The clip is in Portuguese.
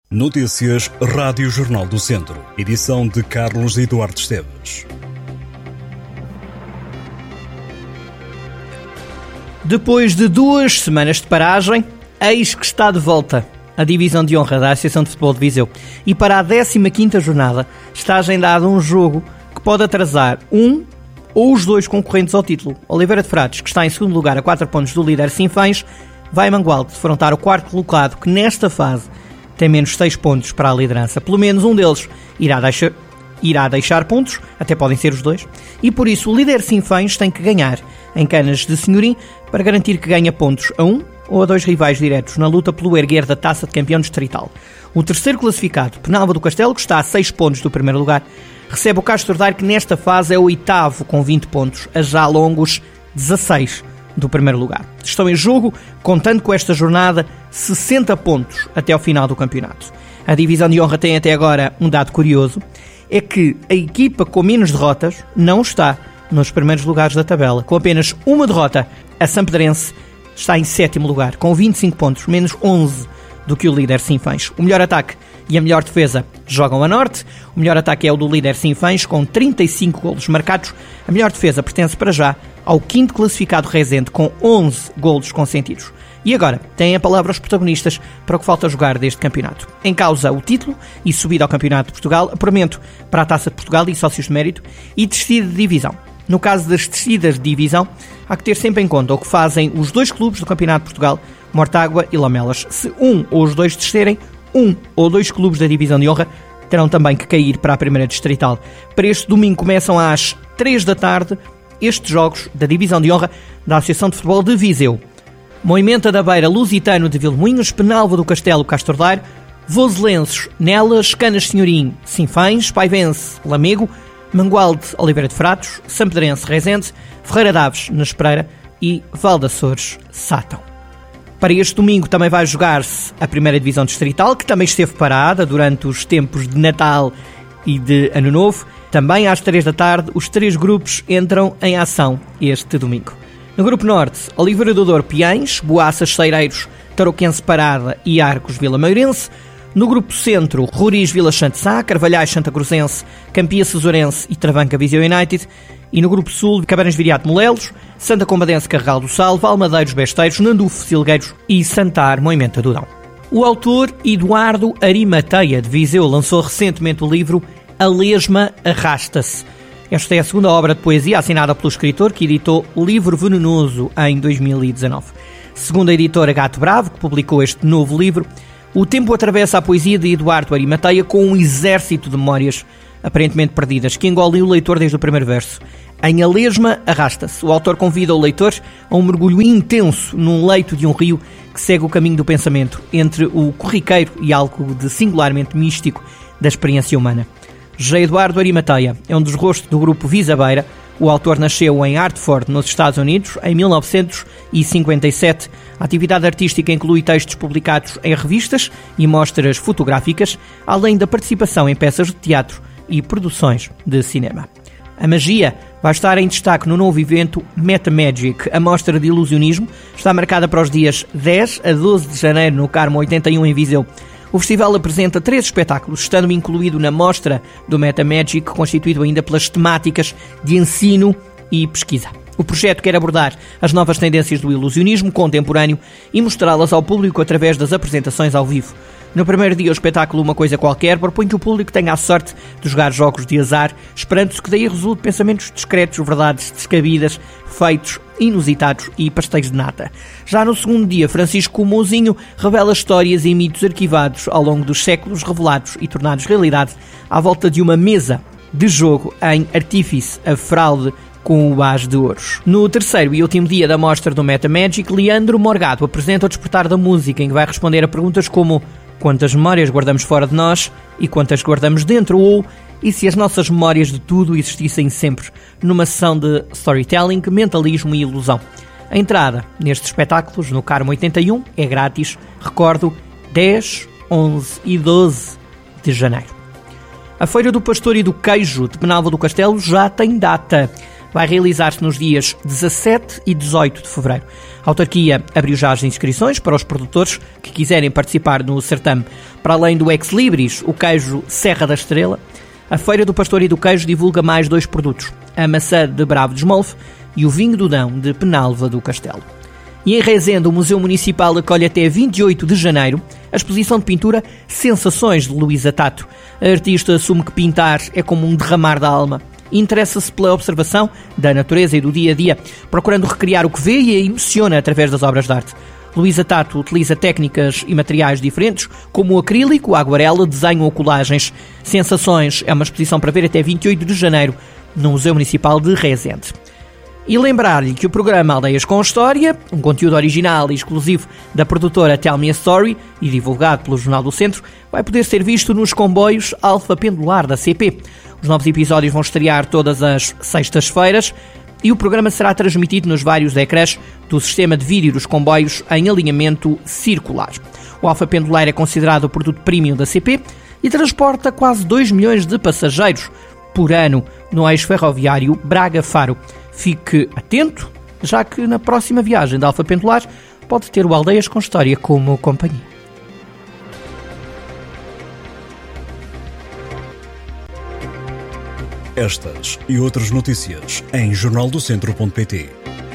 Notícias Rádio Jornal do Centro. Edição de Carlos Eduardo Esteves. Depois de 2 semanas de paragem, eis que está de volta a divisão de honra da Associação de Futebol de Viseu. E para a 15ª jornada está agendado um jogo que pode atrasar um ou os 2 concorrentes ao título. Oliveira de Frades, que está em segundo lugar a 4 pontos do líder Sinfãs, vai a Mangualde defrontar o quarto colocado, que nesta fase tem menos 6 pontos para a liderança. Pelo menos um deles irá deixar pontos, até podem ser os 2, e por isso o líder Sinfãs tem que ganhar em Canas de Senhorim para garantir que ganha pontos a 1 ou a 2 rivais diretos na luta pelo erguer da taça de campeão distrital. O terceiro classificado, Penalva do Castelo, que está a 6 pontos do primeiro lugar, recebe o Castro Daire, que nesta fase é o 8º com 20 pontos, a já longos 16 do primeiro lugar. Estão em jogo, contando com esta jornada, 60 pontos até ao final do campeonato. A divisão de honra tem até agora um dado curioso, é que a equipa com menos derrotas não está nos primeiros lugares da tabela. Com apenas uma derrota, a Sampedrense está em 7º lugar, com 25 pontos, menos 11 do que o líder Sinfãs. O melhor ataque e a melhor defesa jogam a norte. O melhor ataque é o do líder Sinfãs, com 35 golos marcados. A melhor defesa pertence para já ao 5º classificado Rezende, com 11 golos consentidos. E agora, têm a palavra os protagonistas para o que falta jogar deste campeonato. Em causa o título e subida ao Campeonato de Portugal, apuramento para a Taça de Portugal e Sócios de Mérito e descida de divisão. No caso das descidas de divisão, há que ter sempre em conta o que fazem os 2 clubes do Campeonato de Portugal, Mortágua e Lamelas. Se um ou os 2 descerem, 1 ou 2 clubes da divisão de honra terão também que cair para a primeira distrital. Para este domingo começam às 3 da tarde estes jogos da divisão de honra da Associação de Futebol de Viseu. Moimenta da Beira, Lusitano de Vilmoinhos, Penalva do Castelo, Castro Daire, Voselenses, Nelas, Canas Senhorim, Sinfãs, Paivense, Lamego, Mangualde, Oliveira de Frades, Sampedrense, Rezende, Ferreira Daves, Nespreira e Valdaçores, Sátão. Para este domingo também vai jogar-se a primeira divisão distrital, que também esteve parada durante os tempos de Natal e de Ano Novo. Também às 3 da tarde, os 3 grupos entram em ação este domingo. No grupo norte, Oliveira do Douro, Piães, Boaças, Ceireiros, Tarouquense, Parada e Arcos, Vila Meirense. No grupo centro, Roriz, Vila Sante Sá, Carvalhais, Santa Cruzense, Campia, Cesurense e Travanca, Viseu United. E no grupo sul, Cabarões, Viriato, Molelos, Santa Combadense, Carregal do Sal, Valmadeiros, Besteiros, Nandufo, Silgueiros e Santar, Moimenta do Dão. O autor Eduardo Arimateia, de Viseu, lançou recentemente o livro A Lesma Arrasta-se. Esta é a segunda obra de poesia assinada pelo escritor, que editou Livro Venenoso em 2019. Segundo a editora Gato Bravo, que publicou este novo livro, o tempo atravessa a poesia de Eduardo Arimateia com um exército de memórias aparentemente perdidas, que engolem o leitor desde o primeiro verso. Em A Lesma Arrasta-se, o autor convida o leitor a um mergulho intenso num leito de um rio que segue o caminho do pensamento, entre o corriqueiro e algo de singularmente místico da experiência humana. José Eduardo Arimateia é um dos rostos do grupo Visabeira. O autor nasceu em Hartford, nos Estados Unidos, em 1957. A atividade artística inclui textos publicados em revistas e mostras fotográficas, além da participação em peças de teatro e produções de cinema. A magia vai estar em destaque no novo evento Meta Magic. A mostra de ilusionismo está marcada para os dias 10 a 12 de janeiro no Carmo 81 em Viseu. O festival apresenta 3 espetáculos, estando incluído na mostra do Meta Magic, constituído ainda pelas temáticas de ensino e pesquisa. O projeto quer abordar as novas tendências do ilusionismo contemporâneo e mostrá-las ao público através das apresentações ao vivo. No primeiro dia, o espetáculo Uma Coisa Qualquer propõe que o público tenha a sorte de jogar jogos de azar, esperando-se que daí resulte pensamentos discretos, verdades descabidas, feitos inusitados e pastéis de nata. Já no segundo dia, Francisco Mouzinho revela histórias e mitos arquivados ao longo dos séculos, revelados e tornados realidade à volta de uma mesa de jogo em Artífice, a fraude com o as de ouros. No terceiro e último dia da mostra do Meta Magic, Leandro Morgado apresenta o Despertar da Música, em que vai responder a perguntas como: quantas memórias guardamos fora de nós e quantas guardamos dentro? Ou e se as nossas memórias de tudo existissem sempre? Numa sessão de storytelling, mentalismo e ilusão. A entrada nestes espetáculos no Carmo 81 é grátis, recordo, 10, 11 e 12 de janeiro. A Feira do Pastor e do Queijo de Penalva do Castelo já tem data. vai realizar-se nos dias 17 e 18 de fevereiro. A autarquia abriu já as inscrições para os produtores que quiserem participar no certame. Para além do Ex Libris, o queijo Serra da Estrela, a Feira do Pastor e do Queijo divulga mais 2 produtos, a maçã de Bravo de Esmolfe e o vinho do Dão de Penalva do Castelo. E em Rezende, o Museu Municipal acolhe até 28 de janeiro a exposição de pintura Sensações de Luísa Tato. A artista assume que pintar é como um derramar da alma. Interessa-se pela observação da natureza e do dia-a-dia, procurando recriar o que vê e a emociona através das obras de arte. Luísa Tato utiliza técnicas e materiais diferentes, como o acrílico, a aguarela, desenho ou colagens. Sensações é uma exposição para ver até 28 de janeiro no Museu Municipal de Rezende. E lembrar-lhe que o programa Aldeias com História, um conteúdo original e exclusivo da produtora Tell Me a Story e divulgado pelo Jornal do Centro, vai poder ser visto nos comboios Alfa Pendular da CP. Os novos episódios vão estrear todas as sextas-feiras e o programa será transmitido nos vários ecrãs do sistema de vídeo dos comboios em alinhamento circular. O Alfa Pendular é considerado o produto premium da CP e transporta quase 2 milhões de passageiros por ano no eixo ferroviário Braga-Faro. Fique atento, já que na próxima viagem da Alfa Pendular pode ter o Aldeias com História como companhia. Estas e outras notícias em jornaldocentro.pt.